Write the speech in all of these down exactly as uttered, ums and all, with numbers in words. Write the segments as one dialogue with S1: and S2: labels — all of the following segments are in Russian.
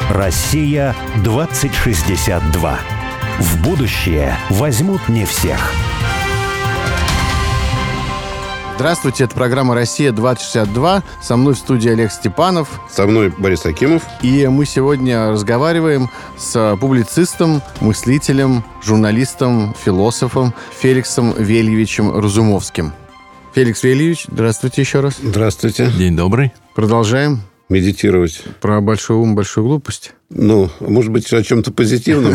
S1: Россия двадцать шестьдесят два. В будущее возьмут не всех.
S2: Здравствуйте, это программа «Россия двадцать шестьдесят два». Со мной в студии Олег Степанов.
S3: Со мной Борис Акимов.
S2: И мы сегодня разговариваем с публицистом, мыслителем, журналистом, философом Феликсом Вельевичем Разумовским. Феликс Вельевич, здравствуйте еще раз.
S3: Здравствуйте.
S4: День добрый.
S2: Продолжаем.
S3: Медитировать.
S2: Про большой ум, большую глупость.
S3: Ну, может быть, о чем-то позитивном.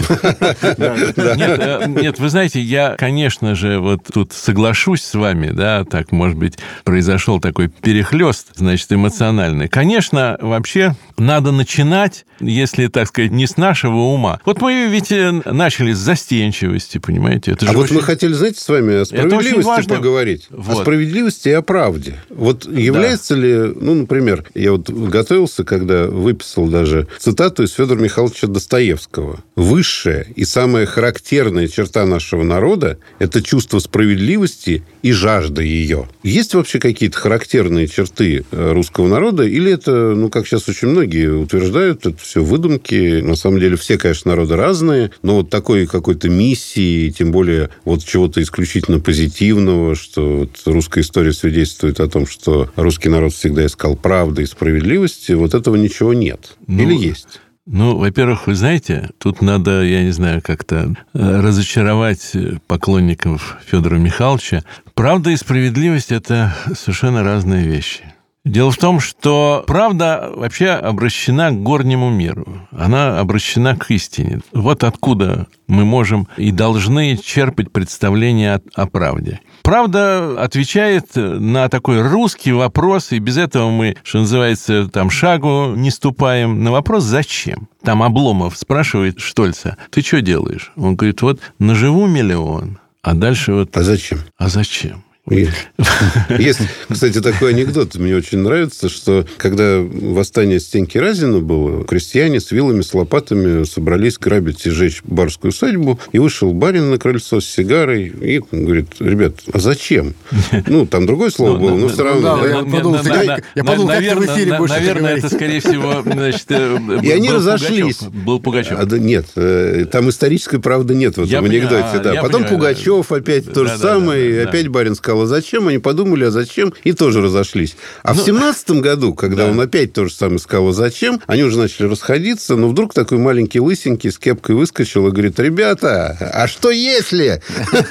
S4: Нет, нет, вы знаете, я, конечно же, вот тут соглашусь с вами, да, так, может быть, произошел такой перехлёст, значит, эмоциональный. Конечно, вообще надо начинать, если, так сказать, не с нашего ума. Вот мы ведь начали с застенчивости, понимаете? Это
S3: а вот
S4: очень...
S3: мы хотели, знаете, с вами о справедливости поговорить. Вот. О справедливости и о правде. Вот является да. ли, ну, например, я вот готовился, когда выписал даже цитату из Федора Михайловича Достоевского. Высшая и самая характерная черта нашего народа – это чувство справедливости и жажда ее. Есть вообще какие-то характерные черты русского народа? Или это, ну, как сейчас очень многие утверждают, это все выдумки? На самом деле все, конечно, народы разные, но вот такой какой-то миссии, тем более вот чего-то исключительно позитивного, что вот русская история свидетельствует о том, что русский народ всегда искал правды и справедливости, вот этого ничего нет. Ну... Или есть?
S4: Ну, во-первых, вы знаете, тут надо, я не знаю, как-то разочаровать поклонников Федора Михайловича. Правда и справедливость – это совершенно разные вещи. Дело в том, что правда вообще обращена к горнему миру. Она обращена к истине. Вот откуда мы можем и должны черпать представление о правде. Правда отвечает на такой русский вопрос, и без этого мы, что называется, там шагу не ступаем, на вопрос «зачем?». Там Обломов спрашивает Штольца: «Ты что делаешь?» Он говорит: «Вот наживу миллион, а дальше вот...»
S3: А зачем?
S4: А зачем?
S3: Есть, кстати, такой анекдот, мне очень нравится, что когда восстание Стеньки Разина было, крестьяне с вилами, с лопатами собрались грабить и жечь барскую усадьбу, и вышел барин на крыльцо с сигарой и говорит: ребят, а зачем? Ну, там другое слово было, но все равно.
S2: Я подумал, как в эфире больше говорить.
S4: Наверное, это, скорее всего, значит,
S3: и они разошлись.
S4: Был Пугачев.
S3: Нет, там исторической правды нет в этом анекдоте. Потом Пугачев опять то же самое, и опять барин сказал: а зачем? Они подумали, а зачем? И тоже разошлись. А ну, в семнадцатом году, когда да. он опять то же самое сказал, а зачем, они уже начали расходиться, но вдруг такой маленький лысенький с кепкой выскочил и говорит: ребята, а что если?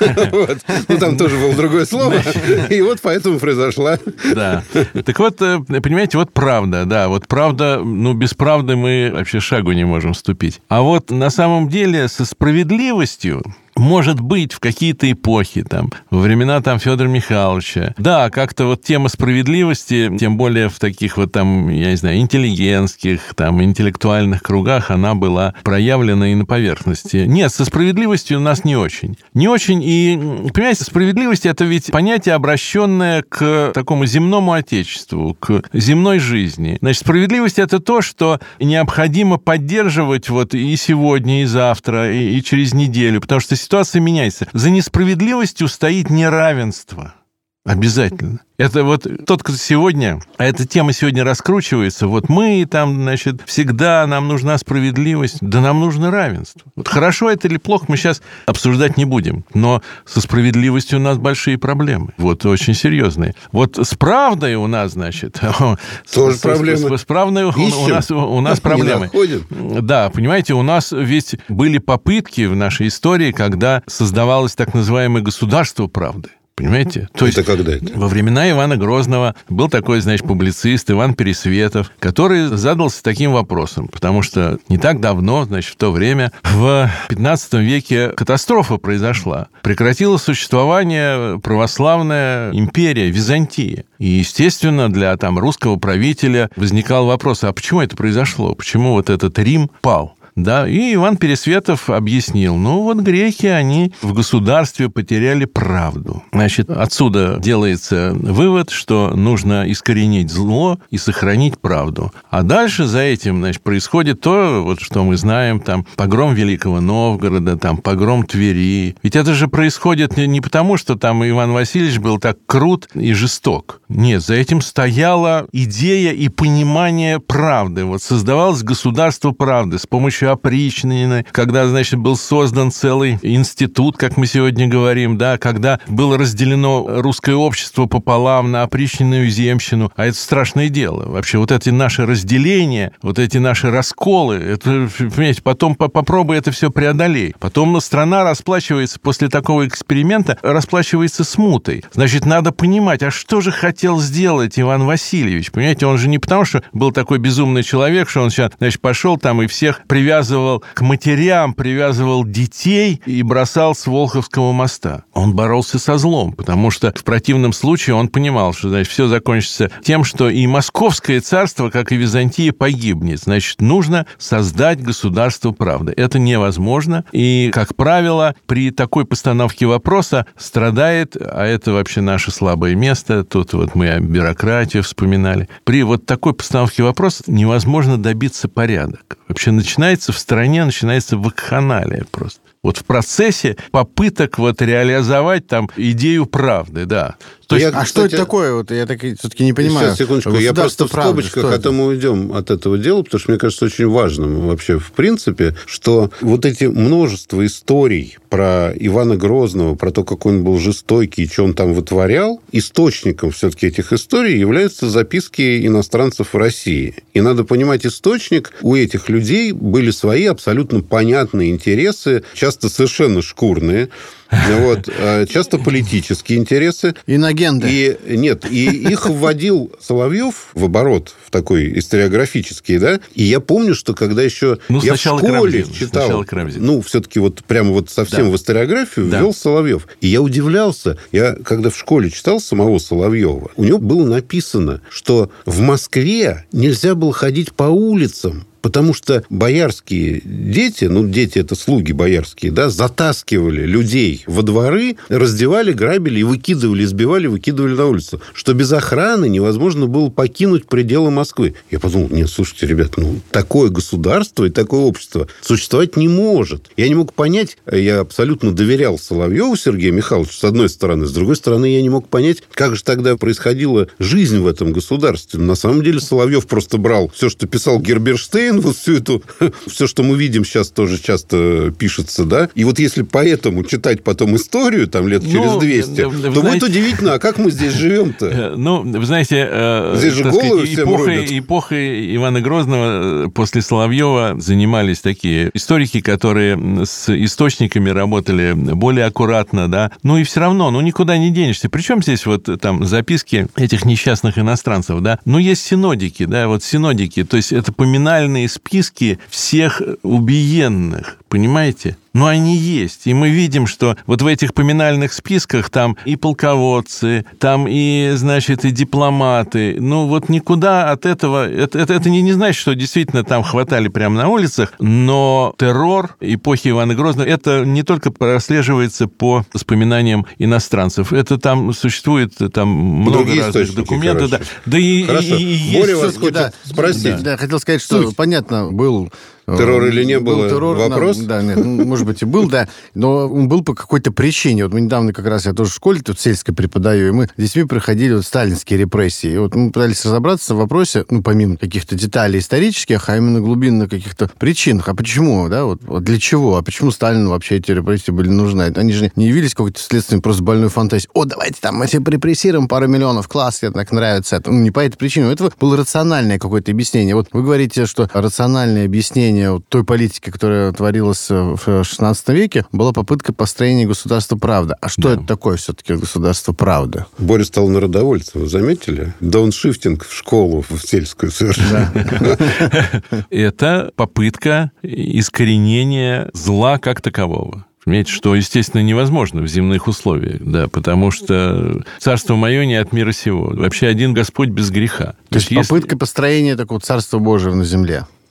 S3: Ну, там тоже было другое слово. И вот поэтому произошла.
S4: Да. Так вот, понимаете, вот правда, да, вот правда, ну, без правды мы вообще шагу не можем ступить. А вот на самом деле со справедливостью, может быть, в какие-то эпохи, там, во времена там, Федора Михайловича, да, как-то вот тема справедливости, тем более в таких вот там, я не знаю, интеллигентских, там, интеллектуальных кругах, она была проявлена и на поверхности. Нет, со справедливостью у нас не очень. Не очень, и, понимаете, справедливость – это ведь понятие, обращенное к такому земному отечеству, к земной жизни. Значит, справедливость – это то, что необходимо поддерживать вот и сегодня, и завтра, и, и через неделю, потому что ситуация меняется. За несправедливостью стоит неравенство. Обязательно. Это вот тот, кто сегодня, а эта тема сегодня раскручивается, вот мы там, значит, всегда нам нужна справедливость, да нам нужно равенство. Вот хорошо это или плохо, мы сейчас обсуждать не будем, но со справедливостью у нас большие проблемы, вот очень серьезные. Вот с правдой у нас, значит,
S3: тоже
S4: с,
S3: проблемы.
S4: С, с правдой у нас, у нас проблемы. Да, понимаете, у нас ведь были попытки в нашей истории, когда создавалось так называемое государство правды. Понимаете? То
S3: это
S4: есть
S3: когда это?
S4: Во времена Ивана Грозного был такой, значит, публицист Иван Пересветов, который задался таким вопросом, потому что не так давно, значит, в то время, в пятнадцатом веке катастрофа произошла. Прекратила существование православная империя, Византия. И, естественно, для там русского правителя возникал вопрос: а почему это произошло? Почему вот этот Рим пал? Да, и Иван Пересветов объяснил, ну вот греки, они в государстве потеряли правду. Значит, отсюда делается вывод, что нужно искоренить зло и сохранить правду. А дальше за этим, значит, происходит то, вот что мы знаем, там, погром Великого Новгорода, там, погром Твери. Ведь это же происходит не потому, что там Иван Васильевич был так крут и жесток. Нет, за этим стояла идея и понимание правды. Вот создавалось государство правды с помощью опричнины, когда, значит, был создан целый институт, как мы сегодня говорим, да, когда было разделено русское общество пополам на опричнину и земщину. А это страшное дело. Вообще вот эти наши разделения, вот эти наши расколы, это, понимаете, потом попробуй это все преодолеть. Потом страна расплачивается после такого эксперимента, расплачивается смутой. Значит, надо понимать, а что же хотел сделать Иван Васильевич? Понимаете, он же не потому, что был такой безумный человек, что он сейчас, значит, пошел там и всех привязывал к матерям, привязывал детей и бросал с Волховского моста. Он боролся со злом, потому что в противном случае он понимал, что, значит, все закончится тем, что и Московское царство, как и Византия, погибнет. Значит, нужно создать государство правды. Это невозможно. И, как правило, при такой постановке вопроса страдает, а это вообще наше слабое место, тут вот мы о бюрократии вспоминали, при вот такой постановке вопроса невозможно добиться порядок. Вообще начинается в стране, начинается вакханалия просто. Вот в процессе попыток вот реализовать там идею правды, да.
S2: То есть, я, а кстати, что это такое? Вот я так все-таки не понимаю.
S3: Сейчас, секундочку. Я просто в скобочках, а то мы уйдем от этого дела, потому что мне кажется очень важным вообще в принципе, что вот эти множество историй про Ивана Грозного, про то, какой он был жестокий, что он там вытворял, источником все-таки этих историй являются записки иностранцев в России. И надо понимать, источник у этих людей были свои абсолютно понятные интересы, часто совершенно шкурные, вот, часто политические интересы.
S2: Инагенды.
S3: И, нет, и их вводил Соловьев в оборот, в такой историографический, да, и я помню, что когда еще
S4: ну,
S3: я в школе
S4: Карамзин,
S3: читал, ну, все-таки вот прямо вот совсем да. в историографию да. ввел Соловьев. И я удивлялся, я когда в школе читал самого Соловьева, у него было написано, что в Москве нельзя было ходить по улицам, потому что боярские дети, ну, дети это слуги боярские, да, затаскивали людей во дворы, раздевали, грабили и выкидывали, избивали, выкидывали на улицу. Что без охраны невозможно было покинуть пределы Москвы. Я подумал, нет, слушайте, ребят, ну, такое государство и такое общество существовать не может. Я не мог понять, я абсолютно доверял Соловьеву Сергею Михайловичу, с одной стороны, с другой стороны, я не мог понять, как же тогда происходила жизнь в этом государстве. На самом деле Соловьев просто брал все, что писал Герберштейн, вот всю эту, все, что мы видим сейчас, тоже часто пишется, да, и вот если поэтому читать потом историю, там, лет через ну, двести, то знаете, будет удивительно, а как мы здесь живем-то?
S4: Ну, вы знаете,
S3: здесь же головы всем
S4: эпохой, эпохой Ивана Грозного после Соловьева занимались такие историки, которые с источниками работали более аккуратно, да, ну и все равно, ну, никуда не денешься. Причем здесь вот там записки этих несчастных иностранцев, да, ну, есть синодики, да, вот синодики, то есть это поминальные списки всех убиенных, понимаете? Но они есть. И мы видим, что вот в этих поминальных списках там и полководцы, там и, значит, и дипломаты. Ну, вот никуда от этого... Это, это, это не, не значит, что действительно там хватали прямо на улицах, но террор эпохи Ивана Грозного, это не только прослеживается по воспоминаниям иностранцев. Это там существует там много
S3: другие
S4: разных документов. Да, да и,
S3: Хорошо.
S4: и, и
S3: Боря
S4: есть...
S3: вас хочет да, спросить.
S2: Да, да, хотел сказать, что, Суть. понятно, был...
S3: Террор или не
S2: был
S3: было?
S2: Террор,
S3: вопрос?
S2: Да, нет, может быть, и был, да. Но он был по какой-то причине. Вот мы недавно как раз, я тоже в школе тут сельской преподаю, и мы с детьми проходили вот сталинские репрессии. И вот мы пытались разобраться в вопросе, ну, помимо каких-то деталей исторических, а именно глубинных каких-то причинах. А почему, да, вот, вот для чего? А почему Сталину вообще эти репрессии были нужны? Они же не явились какой-то следствием просто больной фантазии. О, давайте там мы все репрессируем пару миллионов, класс, мне так нравится это. Ну, не по этой причине. У этого было рациональное какое-то объяснение. Вот вы говорите, что рациональное объяснение вот той политики, которая творилась в шестнадцатом веке, была попытка построения государства правды. А что да. это такое все-таки государство правды?
S3: Боря стал народовольцем, вы заметили? Дауншифтинг в школу, в сельскую совершенно.
S4: Это попытка искоренения зла как такового. Понимаете, что, естественно, невозможно в земных условиях, да, потому что царство мое не от мира сего. Вообще один Господь без греха.
S2: То, То есть, есть попытка если... построения такого царства Божьего на земле.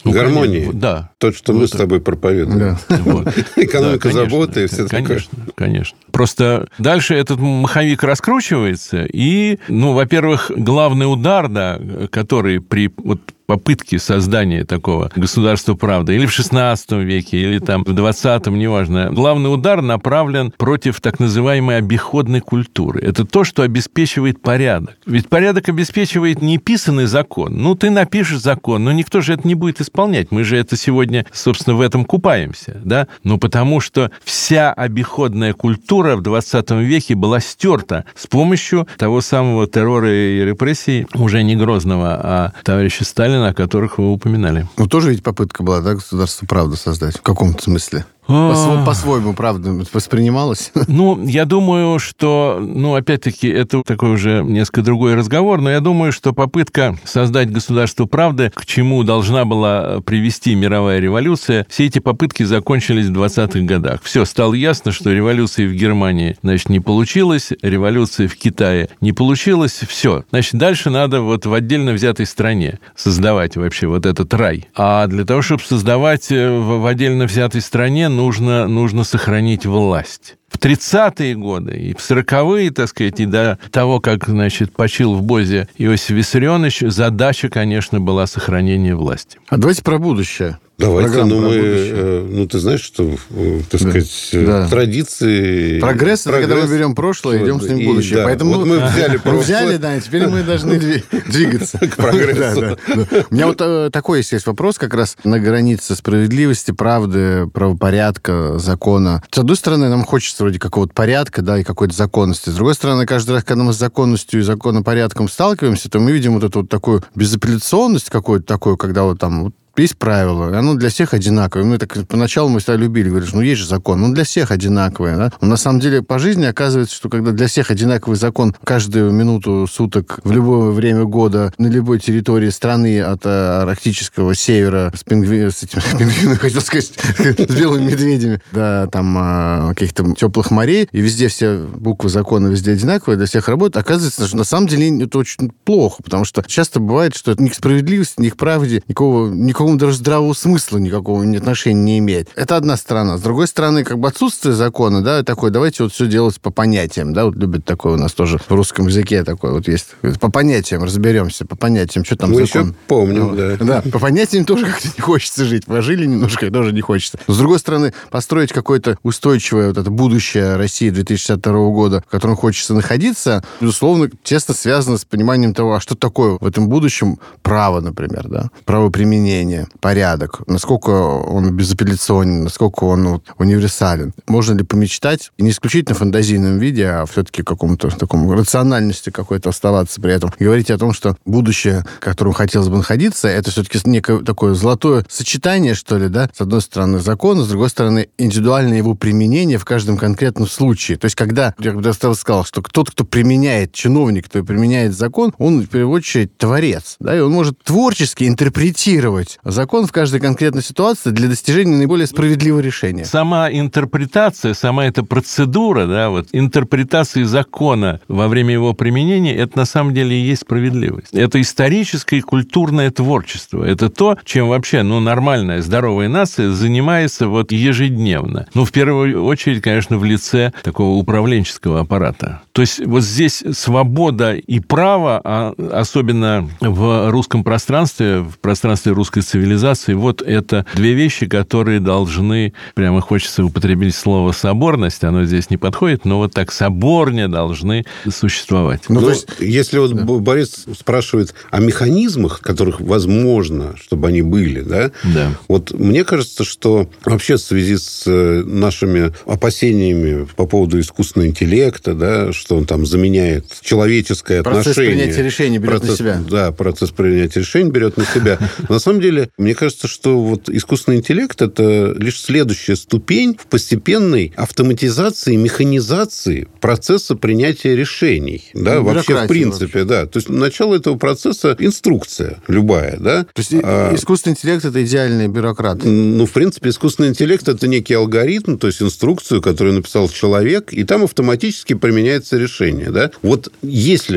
S3: Ну, гармонии.
S4: Конечно, да.
S3: То, что вот мы с тобой проповедуем. Да. Вот. Экономика да, заботы и все такое.
S4: Конечно, конечно. Просто дальше этот маховик раскручивается, и, ну, во-первых, главный удар, да, который при вот, попытке создания такого государства правды или в шестнадцатом веке, или там в двадцатом, неважно, главный удар направлен против так называемой обиходной культуры. Это то, что обеспечивает порядок. Ведь порядок обеспечивает не писанный закон. Ну, ты напишешь закон, но никто же это не будет исполнять. Мы же это сегодня, собственно, в этом купаемся, да? Ну, потому что вся обиходная культура в двадцатом веке была стерта с помощью того самого террора и репрессий уже не Грозного, а товарища Сталина, о которых вы упоминали.
S2: Ну, тоже ведь попытка была, да, государство правды создать в каком-то смысле? По- по-своему, правда, воспринималось?
S4: Ну, я думаю, что, ну, опять-таки, это такой уже несколько другой разговор, но я думаю, что попытка создать государство правды, к чему должна была привести мировая революция, все эти попытки закончились в двадцатых годах. Все, стало ясно, что революции в Германии, значит, не получилось, революции в Китае не получилось, все. Значит, дальше надо вот в отдельно взятой стране создавать вообще вот этот рай. А для того, чтобы создавать в отдельно взятой стране, нужно, нужно сохранить власть. В тридцатые годы и в сороковые, так сказать, и до того, как, значит, почил в Бозе Иосиф Виссарионович, задача, конечно, была сохранение власти.
S2: А давайте про будущее.
S3: Давайте, ну, мы, э, ну, ты знаешь, что, э, так да. сказать, да. традиции...
S2: Прогресс, прогресс, это когда мы берем прошлое и идем с ним в будущее.
S3: Да.
S2: Поэтому
S3: вот мы взяли прошлое.
S2: Мы взяли, да, и теперь мы должны двигаться.
S3: К прогрессу.
S2: У меня вот такой есть вопрос как раз на границе справедливости, правды, правопорядка, закона. С одной стороны, нам хочется вроде какого-то порядка, да, и какой-то законности. С другой стороны, каждый раз, когда мы с законностью и законопорядком сталкиваемся, то мы видим вот эту вот такую безапелляционность какую-то такую, когда вот там... Есть правила, оно для всех одинаковое. Мы так поначалу мы всегда любили, говоришь, ну есть же закон, он для всех одинаковый. Да? Но на самом деле по жизни оказывается, что когда для всех одинаковый закон каждую минуту суток, в любое время года, на любой территории страны от арктического севера с, пингви... с этим пингвинами, хотел сказать, с белыми медведями, до там каких-то теплых морей, и везде все буквы закона везде одинаковые, для всех работают, оказывается, что на самом деле это очень плохо, потому что часто бывает, что это ни к справедливости, ни к правде, никакого, никакого даже здравого смысла никакого отношения не имеет. Это одна сторона. С другой стороны, как бы отсутствие закона, да, такое, давайте вот все делать по понятиям, да, вот любят такое у нас тоже в русском языке такое вот есть. По понятиям разберемся, по понятиям, что там
S3: Мы
S2: закон.
S3: еще помним, ну, да.
S2: Да, по понятиям тоже как-то не хочется жить. Пожили немножко, тоже не хочется. Но, с другой стороны, построить какое-то устойчивое вот это будущее России две тысячи шестьдесят второго года, в котором хочется находиться, безусловно, тесно связано с пониманием того, а что такое в этом будущем право, например, да, правоприменение, порядок, насколько он безапелляционен, насколько он вот, универсален. Можно ли помечтать, не исключительно в фантазийном виде, а все-таки в каком-то таком рациональности какой-то оставаться при этом. И говорить о том, что будущее, в котором хотелось бы находиться, это все-таки некое такое золотое сочетание, что ли, да, с одной стороны закона, с другой стороны индивидуальное его применение в каждом конкретном случае. То есть, когда, я бы сказал, что тот, кто применяет, чиновник, кто применяет закон, он, в первую очередь, творец, да, и он может творчески интерпретировать закон в каждой конкретной ситуации для достижения наиболее справедливого решения.
S4: Сама интерпретация, сама эта процедура, да, вот интерпретации закона во время его применения, это на самом деле и есть справедливость. Это историческое и культурное творчество. Это то, чем вообще, ну, нормальная, здоровая нация занимается вот ежедневно. Ну, в первую очередь, конечно, в лице такого управленческого аппарата. То есть вот здесь свобода и право, а особенно в русском пространстве, в пространстве русской цивилизации, вот это две вещи, которые должны, прямо хочется употребить слово «соборность», оно здесь не подходит, но вот так соборне должны существовать.
S3: Ну, то есть, если вот да. Борис спрашивает о механизмах, которых возможно, чтобы они были, да?
S4: Да.
S3: Вот мне кажется, что вообще в связи с нашими опасениями по поводу искусственного интеллекта, да, что он там заменяет человеческое
S2: процесс
S3: отношение.
S2: Процесс принятия решений берет
S3: процесс,
S2: на себя.
S3: Да, процесс принятия решений берет на себя. На самом деле, мне кажется, что вот искусственный интеллект – это лишь следующая ступень в постепенной автоматизации, механизации процесса принятия решений. Да, ну, вообще, в принципе, вообще. Да. То есть, начало этого процесса – инструкция любая, да.
S2: То есть, а, искусственный интеллект – это идеальный бюрократ?
S3: Ну, в принципе, искусственный интеллект – это некий алгоритм, то есть, инструкцию, которую написал человек, и там автоматически применяется решение, да. Вот если бы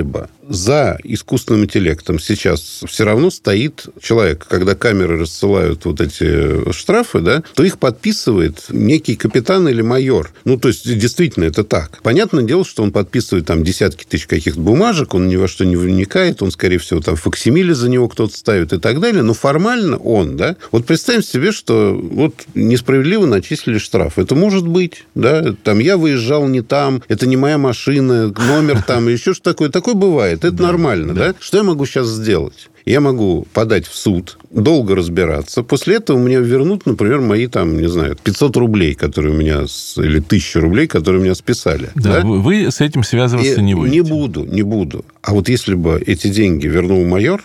S3: за искусственным интеллектом сейчас все равно стоит человек. Когда камеры рассылают вот эти штрафы, да, то их подписывает некий капитан или майор. Ну, то есть, действительно, это так. Понятное дело, что он подписывает там десятки тысяч каких-то бумажек, он ни во что не вникает, он, скорее всего, там факсимили за него кто-то ставит и так далее, но формально он, да. Вот представим себе, что вот несправедливо начислили штраф. Это может быть, да, там я выезжал не там, это не моя машина, номер там, еще что такое. Такое бывает, это да, нормально, да. да. Что я могу сейчас сделать? Я могу подать в суд, долго разбираться. После этого мне вернут, например, мои, там, не знаю, пятьсот рублей, которые у меня... Или тысячу рублей, которые у меня списали.
S4: Да, да? Вы с этим связываться
S3: И
S4: не будете.
S3: Не буду, не буду. А вот если бы эти деньги вернул майор...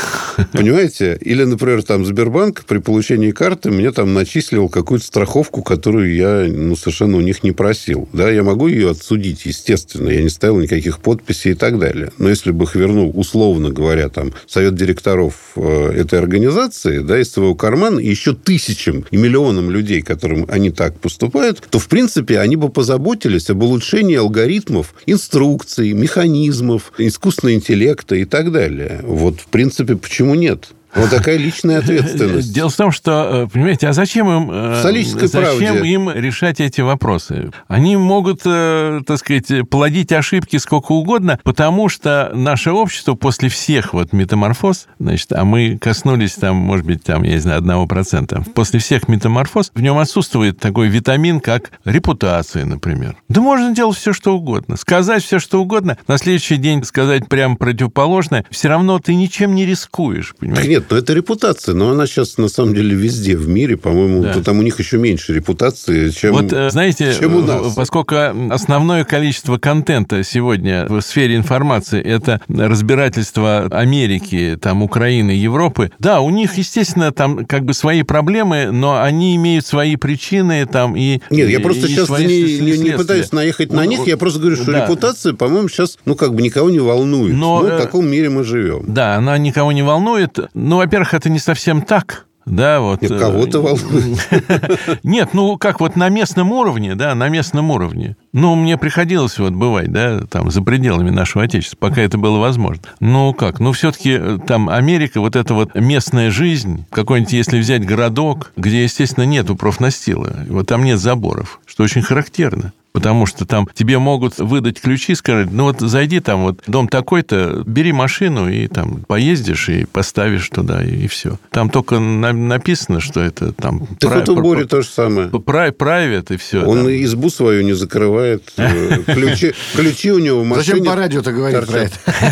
S3: Понимаете? Или, например, там Сбербанк при получении карты мне там начислил какую-то страховку, которую я ну, совершенно у них не просил. Да, я могу ее отсудить, естественно. Я не ставил никаких подписей и так далее. Но если бы их вернул, условно говоря, там, совет директоров этой организации, да, из своего кармана, и еще тысячам и миллионам людей, которым они так поступают, то, в принципе, они бы позаботились об улучшении алгоритмов, инструкций, механизмов, искусственного интеллекта и так далее. Вот, в принципе, почему нет? Вот такая личная ответственность.
S4: Дело в том, что, понимаете, а зачем им, зачем им решать эти вопросы? Они могут, так сказать, плодить ошибки сколько угодно, потому что наше общество после всех вот метаморфоз, значит, а мы коснулись там, может быть, там, я не знаю, одного процента, после всех метаморфоз в нем отсутствует такой витамин, как репутация, например. Да можно делать все, что угодно. Сказать все, что угодно, на следующий день сказать прямо противоположное, все равно ты ничем не рискуешь, понимаете?
S3: Нет, но это репутация, но она сейчас, на самом деле, везде в мире, по-моему, да. Там у них еще меньше репутации, чем,
S4: вот, знаете,
S3: чем у нас.
S4: Поскольку основное количество контента сегодня в сфере информации – это разбирательство Америки, там, Украины, Европы, да, у них, естественно, там как бы свои проблемы, но они имеют свои причины там и
S3: Нет, я просто сейчас не, не, не пытаюсь наехать ну, на них, я просто говорю, что да. репутация, по-моему, сейчас, ну, как бы никого не волнует. Но, ну, в таком мире мы живем.
S4: Да, она никого не волнует. Ну, во-первых, это не совсем так. Да, вот.
S3: Нет, кого-то волнует.
S4: Нет, ну, как вот на местном уровне, да, на местном уровне. Ну, мне приходилось вот бывать, да, там, за пределами нашего Отечества, пока это было возможно. Ну, как? Ну, все-таки там Америка, вот эта вот местная жизнь, какой-нибудь, если взять городок, где, естественно, нету профнастила, вот там нет заборов, что очень характерно. Потому что там тебе могут выдать ключи, сказать, ну вот зайди там, вот дом такой-то, бери машину и там поездишь и поставишь туда, и, и все. Там только на, написано, что это там...
S3: Так прай, вот у Бори то же самое.
S4: Private и все.
S3: Он да. избу свою не закрывает. Ключи, ключи у него в машине.
S2: Зачем по радио-то говорить про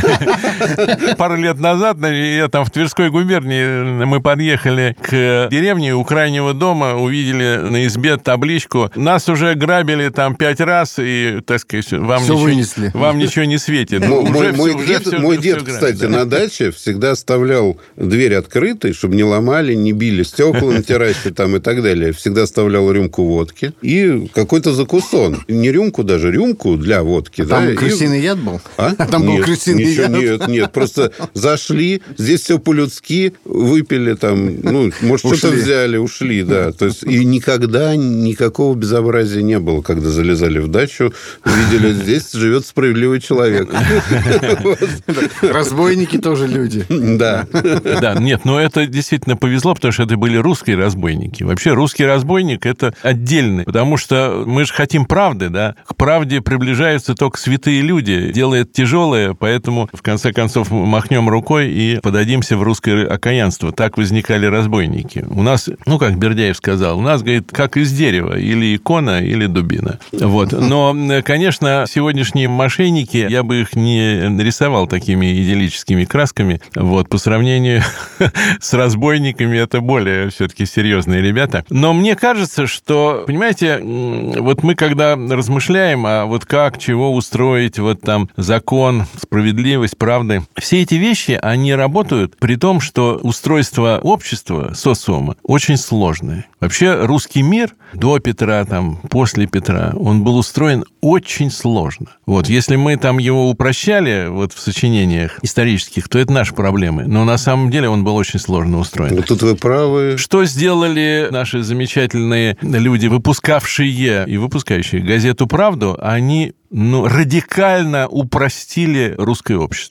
S2: это?
S4: Пару лет назад я там в Тверской губернии, мы подъехали к деревне, у крайнего дома увидели на избе табличку. Нас уже грабили там пять раз, и, так сказать, вам,
S2: все
S4: ничего,
S2: вынесли.
S4: вам ничего не светит.
S3: Мой, уже мой все, дед, уже мой все, дед все кстати, да. на даче всегда оставлял дверь открытой, чтобы не ломали, не били стекла на террасе там, и так далее. Всегда оставлял рюмку водки и какой-то закусон. Не рюмку даже, рюмку для водки.
S2: А
S3: да?
S2: там крысиный и... яд был?
S3: А?
S2: а там
S3: нет,
S2: был крысиный
S3: ничего,
S2: яд?
S3: Нет, нет. Просто зашли, здесь все по-людски, выпили там, ну, может, что-то взяли, ушли, да. То есть, и никогда никакого безобразия не было, когда залезали в дачу, увидели, здесь живет справедливый человек.
S2: Разбойники тоже люди.
S3: Да.
S4: Да, нет, но это действительно повезло, потому что это были русские разбойники. Вообще русский разбойник – это отдельный, потому что мы же хотим правды, да. К правде приближаются только святые люди, делает тяжелое, поэтому, в конце концов, махнем рукой и подадимся в русское окаянство. Так возникали разбойники. У нас, ну, как Бердяев сказал, у нас, говорит, как из дерева, или икона, или дубина. Вот. Но, конечно, сегодняшние мошенники, я бы их не рисовал такими идиллическими красками. Вот. По сравнению с разбойниками, это более все-таки серьезные ребята. Но мне кажется, что, понимаете, вот мы когда размышляем, а вот как, чего устроить, вот там закон, справедливость, правда, все эти вещи, они работают при том, что устройство общества, социума, очень сложное. Вообще русский мир до Петра, там, после Петра, он был устроен очень сложно. Вот, если мы там его упрощали вот в сочинениях исторических, то это наши проблемы. Но на самом деле он был очень сложно устроен.
S3: Вот тут вы правы.
S4: Что сделали наши замечательные люди, выпускавшие и выпускающие газету «Правду», они ну, радикально упростили русское общество.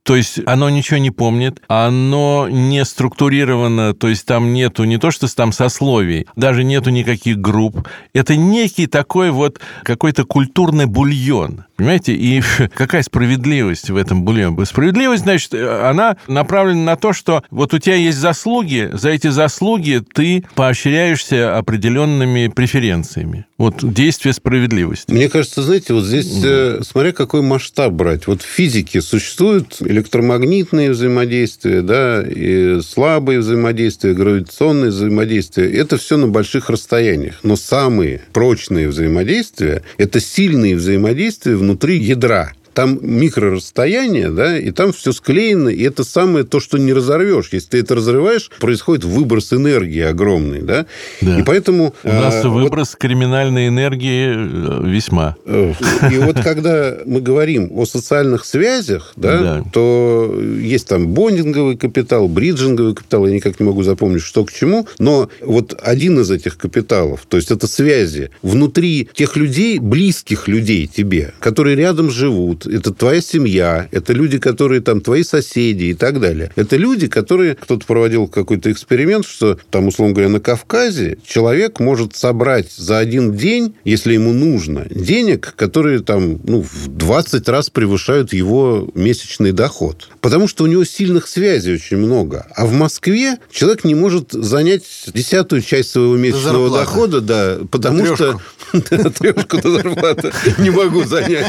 S4: То есть оно ничего не помнит, оно не структурировано, то есть там нету не то, что там сословий, даже нету никаких групп. Это некий такой вот какой-то культурный бульон. Понимаете? И какая справедливость в этом бульоне? Справедливость, значит, она направлена на то, что вот у тебя есть заслуги, за эти заслуги ты поощряешься определенными преференциями. Вот действие справедливости.
S3: Мне кажется, знаете, вот здесь, mm. смотря какой масштаб брать. Вот в физике существуют электромагнитные взаимодействия, да, и слабые взаимодействия, гравитационные взаимодействия. Это все на больших расстояниях. Но самые прочные взаимодействия – это сильные взаимодействия внутри ядра. Там микрорасстояние, да, и там все склеено, и это самое то, что не разорвешь. Если ты это разрываешь, происходит выброс энергии огромный, да.
S4: да.
S3: И поэтому...
S4: У нас а, выброс вот, криминальной энергии весьма.
S3: И вот когда мы говорим о социальных связях, да, да. то есть там бондинговый капитал, бриджинговый капитал, я никак не могу запомнить, что к чему, но вот один из этих капиталов, то есть это связи внутри тех людей, близких людей тебе, которые рядом живут, это твоя семья, это люди, которые там твои соседи и так далее. Это люди, которые... Кто-то проводил какой-то эксперимент, что там, условно говоря, на Кавказе человек может собрать за один день, если ему нужно, денег, которые там, ну, в двадцать раз превышают его месячный доход. Потому что у него сильных связей очень много. А в Москве человек не может занять десятую часть своего месячного дохода, да, потому что... Трешку до зарплаты не могу занять.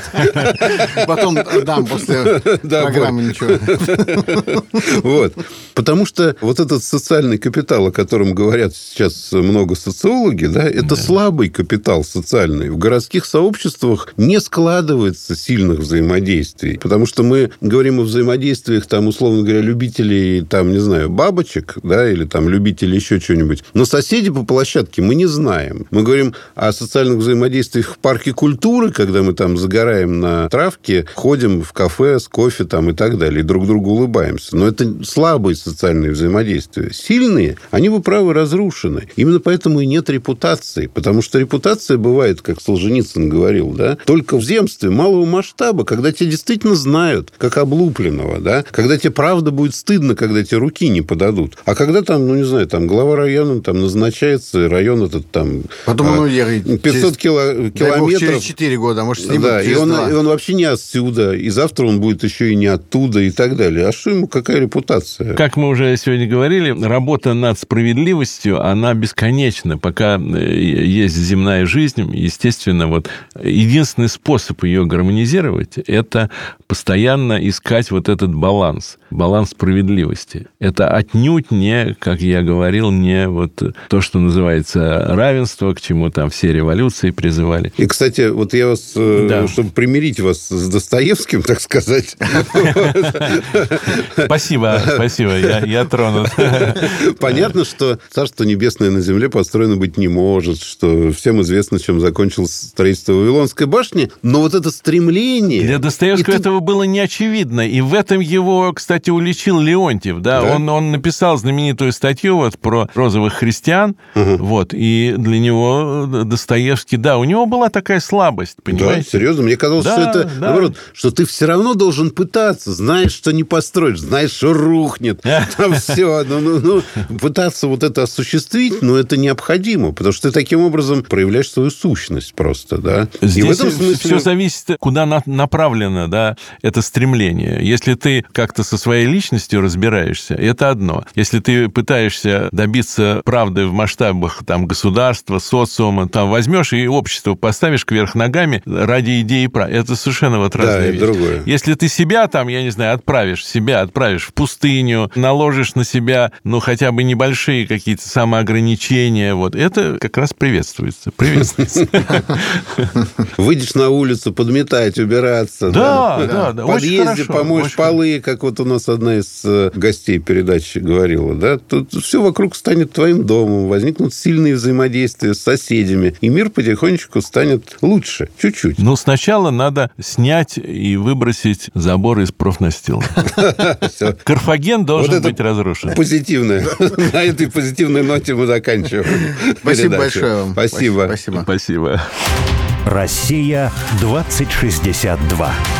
S2: Потом дам после да, программы вот. Ничего.
S3: Вот. Потому что вот этот социальный капитал, о котором говорят сейчас много социологи, да, это да. слабый капитал социальный. В городских сообществах не складывается сильных взаимодействий. Потому что мы говорим о взаимодействиях, там, условно говоря, любителей, там, не знаю, бабочек, да, или там любителей еще чего-нибудь. Но соседи по площадке мы не знаем. Мы говорим о социальных взаимодействиях в парке культуры, когда мы там загораем на травке, ходим в кафе с кофе там и так далее, и друг другу улыбаемся. Но это слабые социальные взаимодействия. Сильные, они, вы правы, разрушены. Именно поэтому и нет репутации. Потому что репутация бывает, как Солженицын говорил, да, только в земстве малого масштаба, когда тебя действительно знают, как облупленного, да, когда тебе правда будет стыдно, когда тебе руки не подадут. А когда там, ну, не знаю, там глава района там назначается, район этот там...
S2: Потом он уедет.
S3: пятьсот кило, километров.
S2: Через четыре года, а может, с ним
S3: да, и он, и он вообще не отсюда, и завтра он будет еще и не оттуда, и так далее. А что ему, какая репутация?
S4: Как мы уже сегодня говорили, работа над справедливостью, она бесконечна. Пока есть земная жизнь, естественно, вот единственный способ ее гармонизировать – это постоянно искать вот этот баланс, баланс справедливости. Это отнюдь не, как я говорил, не вот то, что называется равенство, к чему там все революции призывали.
S3: И, кстати, вот я вас, да. чтобы примирить вас с Достоевским, так сказать...
S4: Спасибо, спасибо, я тронут.
S3: Понятно, что Царство Небесное на земле построено быть не может, что всем известно, чем закончилось строительство Вавилонской башни, но вот это стремление...
S4: Для Достоевского этого было не очевидно, и в этом его, кстати, уличил Леонтьев, да, да? Он, он написал знаменитую статью вот про розовых христиан, угу. вот, и для него Достоевский, да, у него была такая слабость, понимаете?
S3: Да, серьезно, мне казалось, да, что это, да. наоборот, что ты все равно должен пытаться, знаешь, что не построишь, знаешь, что рухнет, там все, ну, ну, ну, пытаться вот это осуществить, но это необходимо, потому что ты таким образом проявляешь свою сущность просто, да.
S4: Здесь и в этом смысле... все зависит, куда направлено, да, это стремление. Если ты как-то со своей личностью разбираешься, это одно. Если ты пытаешься добиться правды в масштабах там государства, социума, там возьмешь и общество поставишь кверх ногами ради идеи прав, это совершенно вот разные
S3: да,
S4: вещи.
S3: Другое.
S4: Если ты себя там, я не знаю, отправишь, себя отправишь в пустыню, наложишь на себя, ну, хотя бы небольшие какие-то самоограничения, вот, это как раз приветствуется. Приветствуется.
S3: Выйдешь на улицу, подметать, убираться.
S4: Да, да, да.
S3: В подъезде помоешь полы, как вот у нас одна из гостей передачи говорила, да, тут все вокруг станет твоим домом, возникнут сильные взаимодействия с соседями, и мир потихонечку станет лучше, чуть-чуть.
S4: Ну, сначала надо снять и выбросить забор из профнастила. Карфаген должен быть разрушен.
S3: Позитивно. На этой позитивной ноте мы заканчиваем.
S2: Спасибо большое вам.
S3: Спасибо.
S4: Спасибо.
S1: Россия двадцать шестьдесят два.